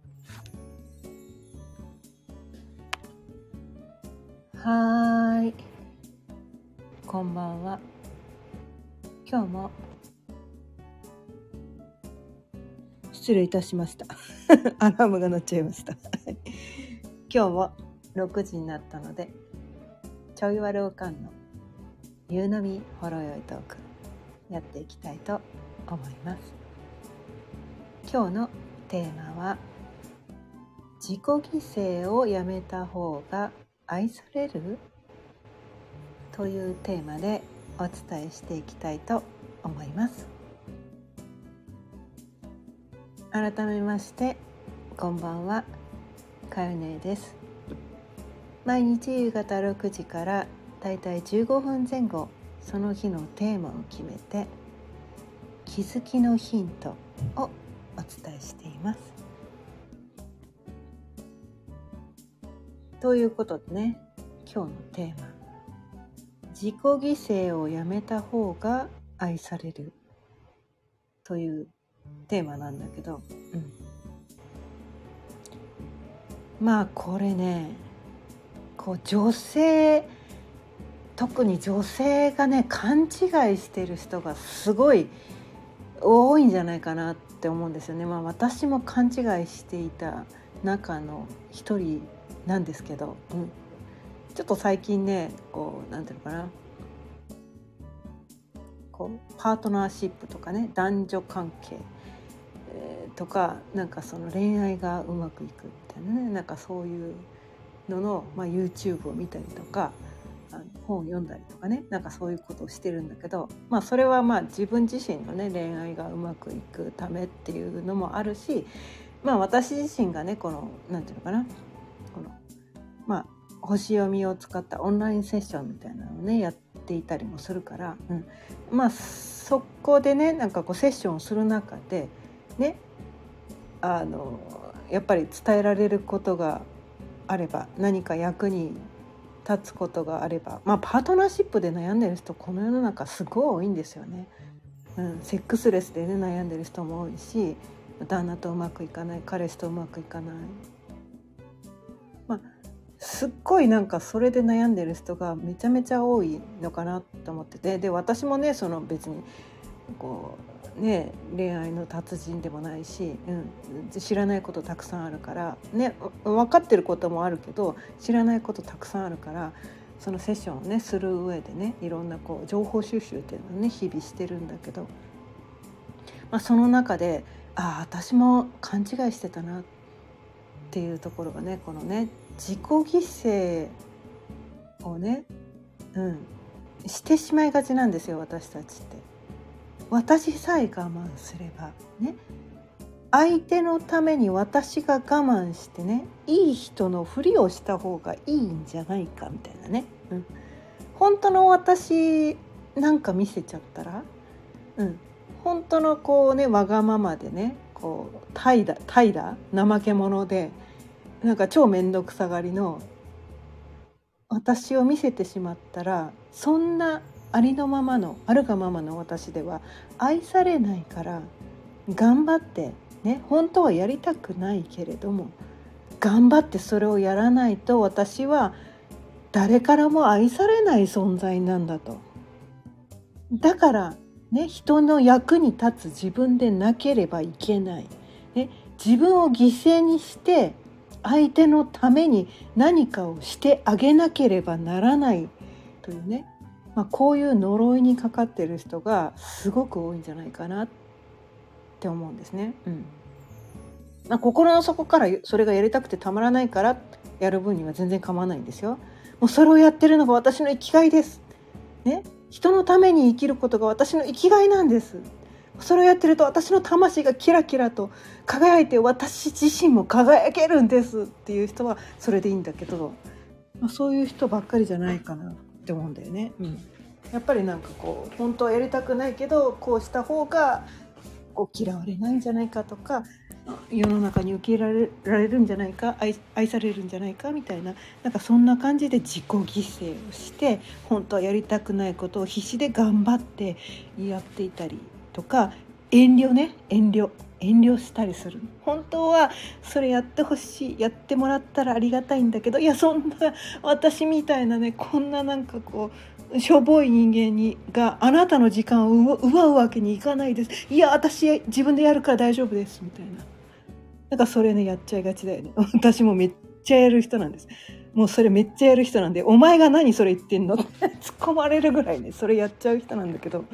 はーい、こんばんは。今日も失礼いたしましたアラームが鳴っちゃいました今日も6時になったので、ちょいわるおかんの夕飲みほろよいトークやっていきたいと思います。今日のテーマは、自己犠牲をやめた方が愛されるというテーマでお伝えしていきたいと思います。改めましてこんばんは、かよねです。毎日夕方6時からだいたい15分前後、その日のテーマを決めて気づきのヒントをお伝えしています。ということでね、今日のテーマ、自己犠牲をやめた方が愛されるというテーマなんだけど、まあこれね、女性、特に女性がね、勘違いしてる人がすごい多いんじゃないかなって思うんですよね。私も勘違いしていた中の一人なんですけど、ちょっと最近ね、なんていうのかな、パートナーシップとかね、男女関係、とか、なんかその恋愛がうまくいくみたいなね、なんかそういうのの、YouTube を見たりとか、本を読んだりとかね、なんかそういうことをしてるんだけど、それは自分自身のね、恋愛がうまくいくためっていうのもあるし、私自身がね、なんていうのかな、星読みを使ったオンラインセッションみたいなのをね、やっていたりもするから、そこでね、なんかセッションをする中でね、やっぱり伝えられることがあれば、何か役に立つことがあれば、パートナーシップで悩んでる人、この世の中すごい多いんですよね。セックスレスでね、悩んでる人も多いし、旦那とうまくいかない、彼氏とうまくいかない、すっごいなんかそれで悩んでる人がめちゃめちゃ多いのかなと思ってて、で私もね、別に恋愛の達人でもないし、知らないことたくさんあるからね、分かってることもあるけど知らないことたくさんあるから、そのセッションをねする上でね、いろんな情報収集っていうのをね日々してるんだけど、その中で私も勘違いしてたなっていうところがね、このね、自己犠牲をね、してしまいがちなんですよ、私たちって。私さえ我慢すればね、相手のために私が我慢してね、いい人のふりをした方がいいんじゃないかみたいなね、本当の私なんか見せちゃったら、本当のわがままでね、怠惰怠け者で、なんか超めんどくさがりの私を見せてしまったら、そんなありのままの、あるがままの私では愛されないから、頑張ってね、本当はやりたくないけれども頑張ってそれをやらないと、私は誰からも愛されない存在なんだと。だからね、人の役に立つ自分でなければいけない、ね、自分を犠牲にして相手のために何かをしてあげなければならないというね、こういう呪いにかかっている人がすごく多いんじゃないかなって思うんですね。心の底からそれがやりたくてたまらないからやる分には全然構わないんですよ。もうそれをやってるのが私の生きがいです、ね、人のために生きることが私の生きがいなんです。それをやってると私の魂がキラキラと輝いて、私自身も輝けるんですっていう人はそれでいいんだけど、そういう人ばっかりじゃないかなって思うんだよね。やっぱりなんか本当はやりたくないけど、こうした方が嫌われないんじゃないかとか、世の中に受け入れられるんじゃないか、愛されるんじゃないかみたいな、なんかそんな感じで自己犠牲をして、本当はやりたくないことを必死で頑張ってやっていたりとか、 遠慮ね、遠慮したりする。本当はそれやってほしい、やってもらったらありがたいんだけど、いやそんな私みたいなね、こんななんかこうしょぼい人間があなたの時間を奪うわけにいかないです。いや私自分でやるから大丈夫ですみたいな。なんかそれねやっちゃいがちだよね。私もめっちゃやる人なんです。もうそれめっちゃやる人なんで、お前が何それ言ってんのって突っ込まれるぐらいね、それやっちゃう人なんだけど、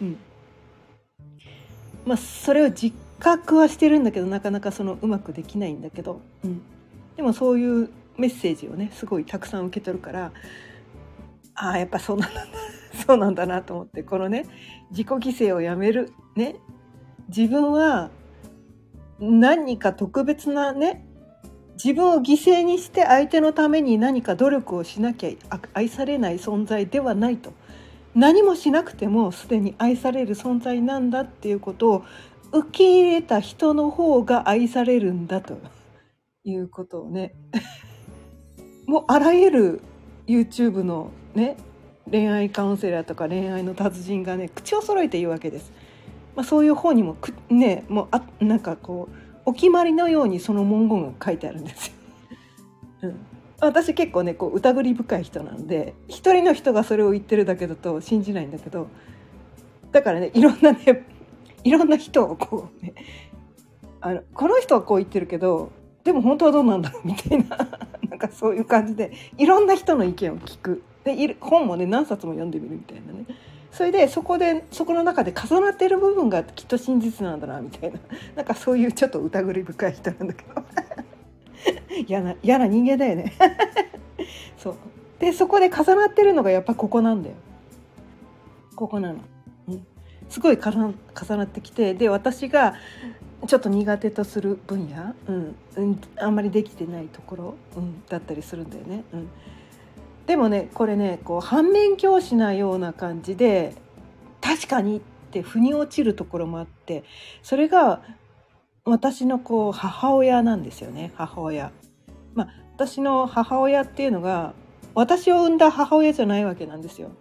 まあそれを実覚はしてるんだけど、なかなかうまくできないんだけど、でもそういうメッセージをねすごいたくさん受け取るから、ああやっぱそうなんだそうなんだなと思って、このね自己犠牲をやめるね、自分は何か特別なね、自分を犠牲にして相手のために何か努力をしなきゃ愛されない存在ではないと、何もしなくてもすでに愛される存在なんだっていうことを受け入れた人の方が愛されるんだということをねもうあらゆる YouTube のね恋愛カウンセラーとか恋愛の達人がね口を揃えて言うわけです。そういう方にもねもうなんかこうお決まりのようにその文言が書いてあるんですよ。私結構ねこう疑り深い人なんで、一人の人がそれを言ってるだけだと信じないんだけど、だからねいろんな人をこうね、この人はこう言ってるけどでも本当はどうなんだろうみたいななんかそういう感じでいろんな人の意見を聞く。で本もね何冊も読んでみるみたいなね。それでそこの中で重なっている部分がきっと真実なんだなみたいな、なんかそういうちょっと疑り深い人なんだけど嫌な人間だよねそうでそこで重なってるのがやっぱここなんだよ。ここなの、すごい重なってきて、で私がちょっと苦手とする分野、あんまりできてないところ、だったりするんだよね。でもねこれねこう反面教師なような感じで確かにって腑に落ちるところもあって、それが私のこう母親なんですよね。母親、私の母親っていうのが私を産んだ母親じゃないわけなんですよ。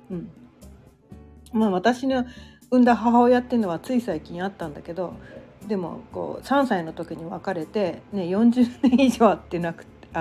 私の産んだ母親っていうのはつい最近あったんだけど、でもこう3歳の時に別れて、40年以上会ってなくて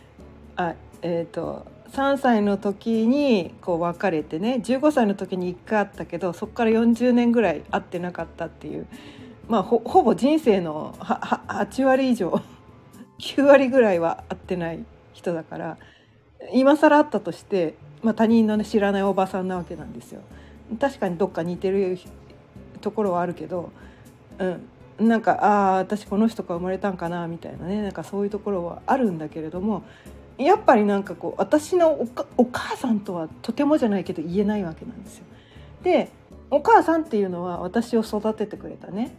3歳の時にこう別れてね、15歳の時に1回会ったけどそこから40年ぐらい会ってなかったっていう、ほぼ人生の8割以上9割ぐらいは会ってない人だから、今更会ったとして、他人の、知らないおばさんなわけなんですよ。確かにどっか似てるところはあるけど、なんか私この人が生まれたんかなみたいなね、なんかそういうところはあるんだけれども、やっぱりなんかこう私のお母さんとはとてもじゃないけど言えないわけなんですよ。でお母さんっていうのは私を育ててくれたね、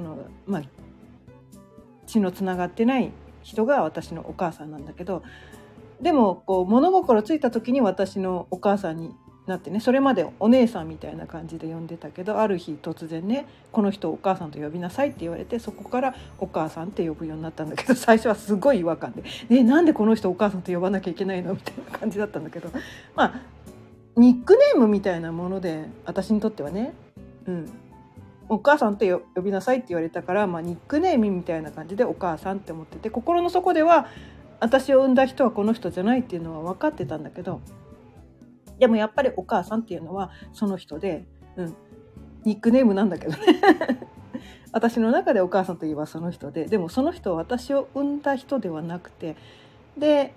血のつながってない人が私のお母さんなんだけど、でもこう物心ついた時に私のお母さんになってね、それまでお姉さんみたいな感じで呼んでたけど、ある日突然ねこの人をお母さんと呼びなさいって言われて、そこからお母さんって呼ぶようになったんだけど、最初はすごい違和感で、なんでこの人をお母さんと呼ばなきゃいけないのみたいな感じだったんだけど、ニックネームみたいなもので私にとってはね、お母さんって呼びなさいって言われたから、ニックネームみたいな感じでお母さんって思ってて、心の底では私を産んだ人はこの人じゃないっていうのは分かってたんだけど、でもやっぱりお母さんっていうのはその人で、ニックネームなんだけどね私の中でお母さんといえばその人で、でもその人は私を産んだ人ではなくて、で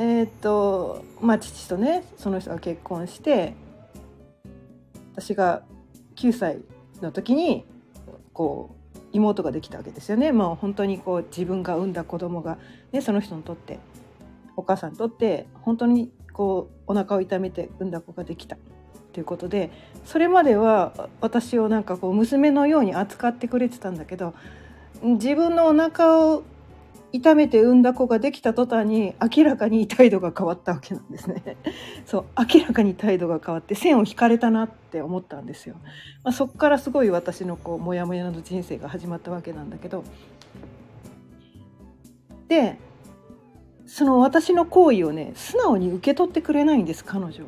父とねその人が結婚して、私が9歳の時にこう妹ができたわけですよね。本当にこう自分が産んだ子供が、その人にとって、お母さんにとって本当にこうお腹を痛めて産んだ子ができたということで、それまでは私をなんかこう娘のように扱ってくれてたんだけど、自分のお腹を痛めて産んだ子ができた途端に明らかに態度が変わったわけなんですね。そう明らかに態度が変わって線を引かれたなって思ったんですよ。そこからすごい私のこうモヤモヤの人生が始まったわけなんだけど、でその私の行為をね素直に受け取ってくれないんです、彼女は。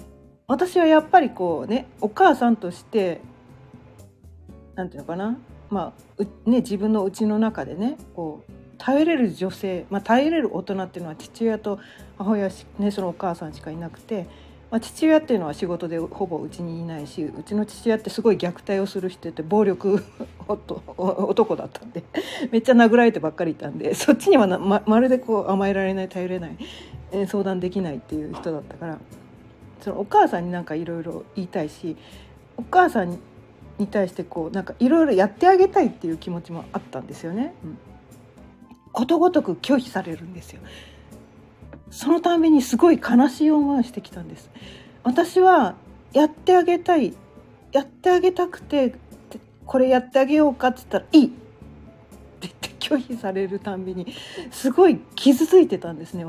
私はやっぱりこうねお母さんとしてなんていうのかな、 自分の家の中でねこう頼れる女性、頼れる大人っていうのは父親と母親、そのお母さんしかいなくて、父親っていうのは仕事でほぼうちにいないし、うちの父親ってすごい虐待をする人って暴力男だったんでめっちゃ殴られてばっかりいたんで、そっちにはまるでこう甘えられない、頼れない、相談できないっていう人だったから、そのお母さんになんかいろいろ言いたいし、お母さんに対してこうなんかいろいろやってあげたいっていう気持ちもあったんですよね。ことごとく拒否されるんですよ。そのためにすごい悲しい思いをしてきたんです。私はやってあげたい、やってあげたくて、これやってあげようかって言ったらいいって言って拒否されるたんびにすごい傷ついてたんですね。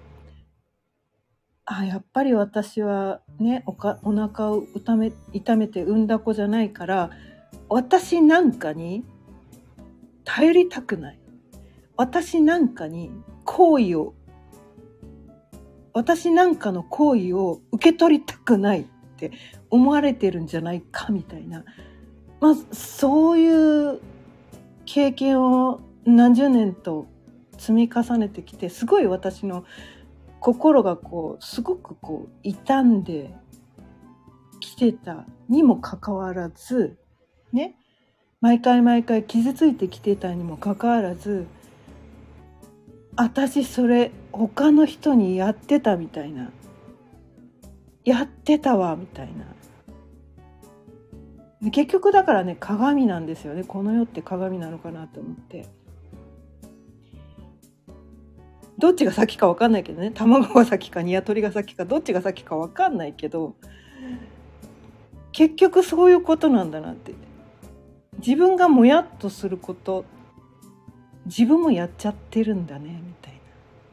やっぱり私はね、お腹を痛めて産んだ子じゃないから、私なんかに頼りたくない、私なんかの行為を受け取りたくないって思われてるんじゃないかみたいな、そういう経験を何十年と積み重ねてきて、すごい私の心がこうすごくこう傷んできてたにもかかわらずね、毎回傷ついてきてたにもかかわらず、私それ他の人にやってたみたいな、やってたわみたいな。結局だからね、鏡なんですよね。この世って鏡なのかなと思って、どっちが先か分かんないけどね、卵が先か鶏が先かどっちが先か分かんないけど、結局そういうことなんだなって。自分がもやっとすること、自分もやっちゃってるんだねみたい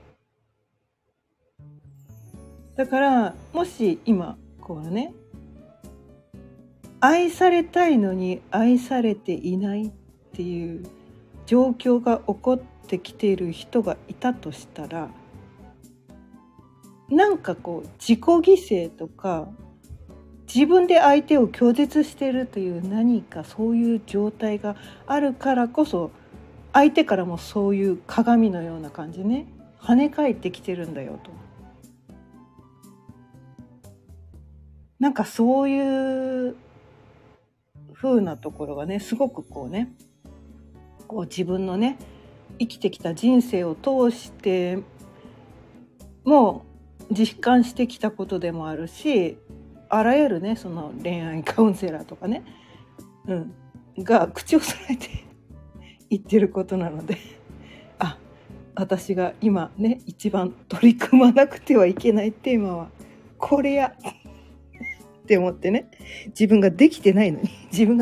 な。だからもし今こうね、愛されたいのに愛されていないっていう状況が起こってきている人がいたとしたら、なんかこう自己犠牲とか自分で相手を拒絶しているという何かそういう状態があるからこそ、相手からもそういう鏡のような感じね、跳ね返ってきてるんだよと。なんかそういう風なところがね、すごくこうね、こう自分のね生きてきた人生を通しても実感してきたことでもあるし、あらゆるねその恋愛カウンセラーとかね、が口を揃えて言ってることなので、私が今ね一番取り組まなくてはいけないテーマはこれやって思ってね、自分ができてないのに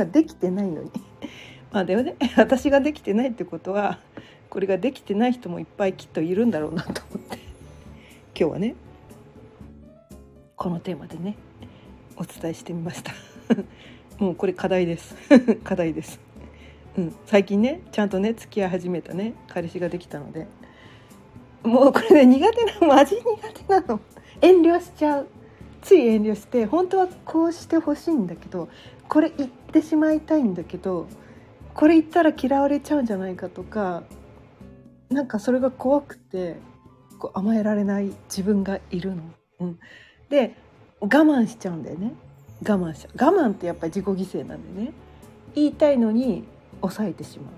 でもね、私ができてないってことはこれができてない人もいっぱいきっといるんだろうなと思って、今日はねこのテーマでねお伝えしてみましたもうこれ課題です課題です、最近ねちゃんとね付き合い始めたね彼氏ができたので、もうこれねマジ苦手なの。遠慮しちゃう、つい遠慮して、本当はこうしてほしいんだけど、これ言ってしまいたいんだけど、これ言ったら嫌われちゃうんじゃないかとか、なんかそれが怖くてこう甘えられない自分がいるの、で我慢しちゃうんだよね。我慢ってやっぱり自己犠牲なんでね、言いたいのに抑えてしまう。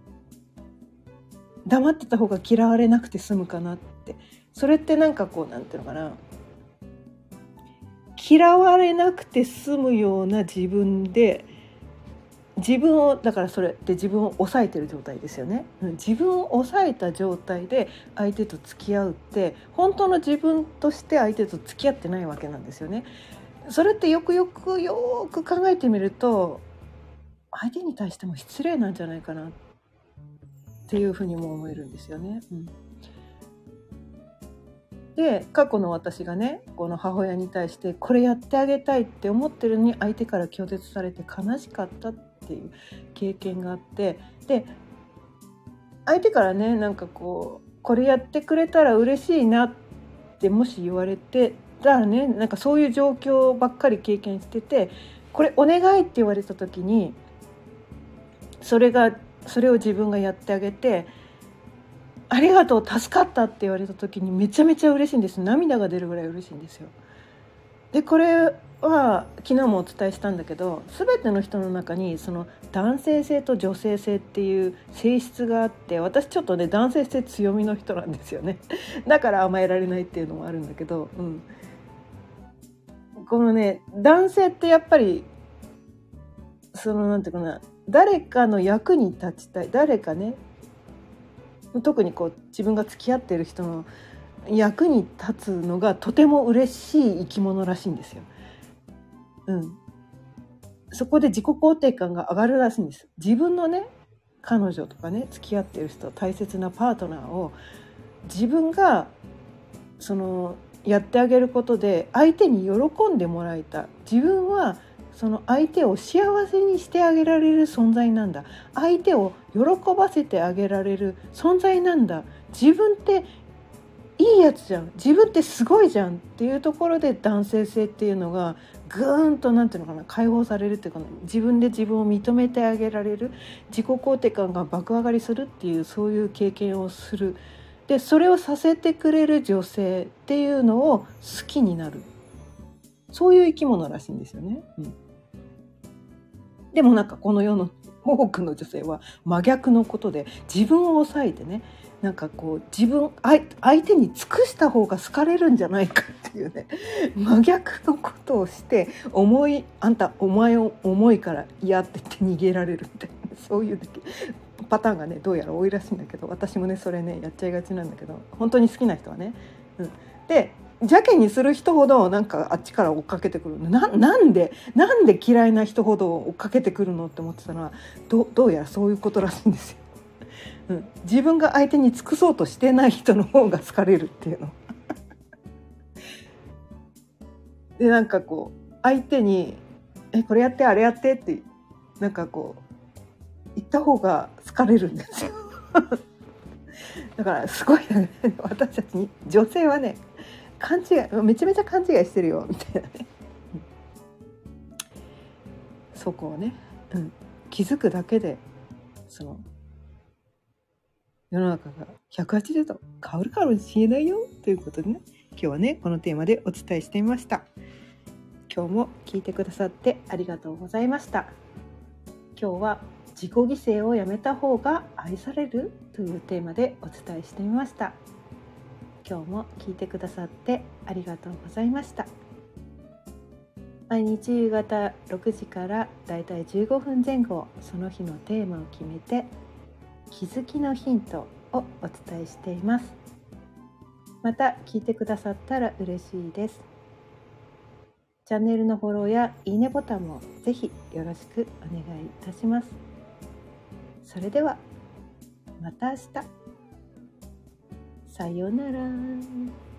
黙ってた方が嫌われなくて済むかなって。それってなんかこうなんていうのかな、嫌われなくて済むような自分をだからそれって自分を抑えてる状態ですよね、自分を抑えた状態で相手と付き合うって本当の自分として相手と付き合ってないわけなんですよね。それってよく考えてみると相手に対しても失礼なんじゃないかなっていうふうにも思えるんですよね、で過去の私がねこの母親に対してこれやってあげたいって思ってるのに相手から拒絶されて悲しかったっていう経験があって、で相手からねなんかこれやってくれたら嬉しいなってもし言われてたらね、なんかそういう状況ばっかり経験してて、これお願いって言われた時にそれを自分がやってあげて、ありがとう助かったって言われた時にめちゃめちゃ嬉しいんです。涙が出るぐらい嬉しいんですよ。でこれは昨日もお伝えしたんだけど、全ての人の中にその男性性と女性性っていう性質があって、私ちょっとね男性性強みの人なんですよね。だから甘えられないっていうのもあるんだけど、このね男性ってやっぱりそのなんていうかな、誰かの役に立ちたい、誰かね、特にこう自分が付き合ってる人の役に立つのがとても嬉しい生き物らしいんですよ。そこで自己肯定感が上がるらしいんです。自分のね彼女とかね、付き合ってる人、大切なパートナーを自分がそのやってあげることで相手に喜んでもらえた、自分はその相手を幸せにしてあげられる存在なんだ、相手を喜ばせてあげられる存在なんだ、自分っていいやつじゃん、自分ってすごいじゃんっていうところで男性性っていうのがぐーんとなんていうのかな、解放されるっていうか、自分で自分を認めてあげられる、自己肯定感が爆上がりするっていう、そういう経験をする。でそれをさせてくれる女性っていうのを好きになる、そういう生き物らしいんですよね。でもなんかこの世の多くの女性は真逆のことで、自分を抑えてね、なんかこう相手に尽くした方が好かれるんじゃないかっていうね、真逆のことをしてあんたお前を重いから嫌って言って逃げられるみたいな、そういうパターンがねどうやら多いらしいんだけど、私もねそれねやっちゃいがちなんだけど、本当に好きな人はね、で邪気にする人ほどなんかあっちから追っかけてくるの。なんで嫌いな人ほど追っかけてくるのって思ってたのは、どうやらそういうことらしいんですよ。自分が相手に尽くそうとしてない人の方が好かれるっていうの。でなんかこう相手にこれやってあれやってってなんかこう言った方が好かれるんですよ。だからすごいね、私たちに女性はねめちゃめちゃ勘違いしてるよみたいなね、そこをね、気づくだけでその世の中が180度変わるかもしれないよということでね、今日はねこのテーマでお伝えしてみました。今日も聞いてくださってありがとうございました。今日は自己犠牲をやめた方が愛されるというテーマでお伝えしてみました。今日も聞いてくださってありがとうございました。毎日夕方6時からだいたい15分前後、その日のテーマを決めて気づきのヒントをお伝えしています。また聞いてくださったら嬉しいです。チャンネルのフォローやいいねボタンもぜひよろしくお願いいたします。それではまた明日。さようなら。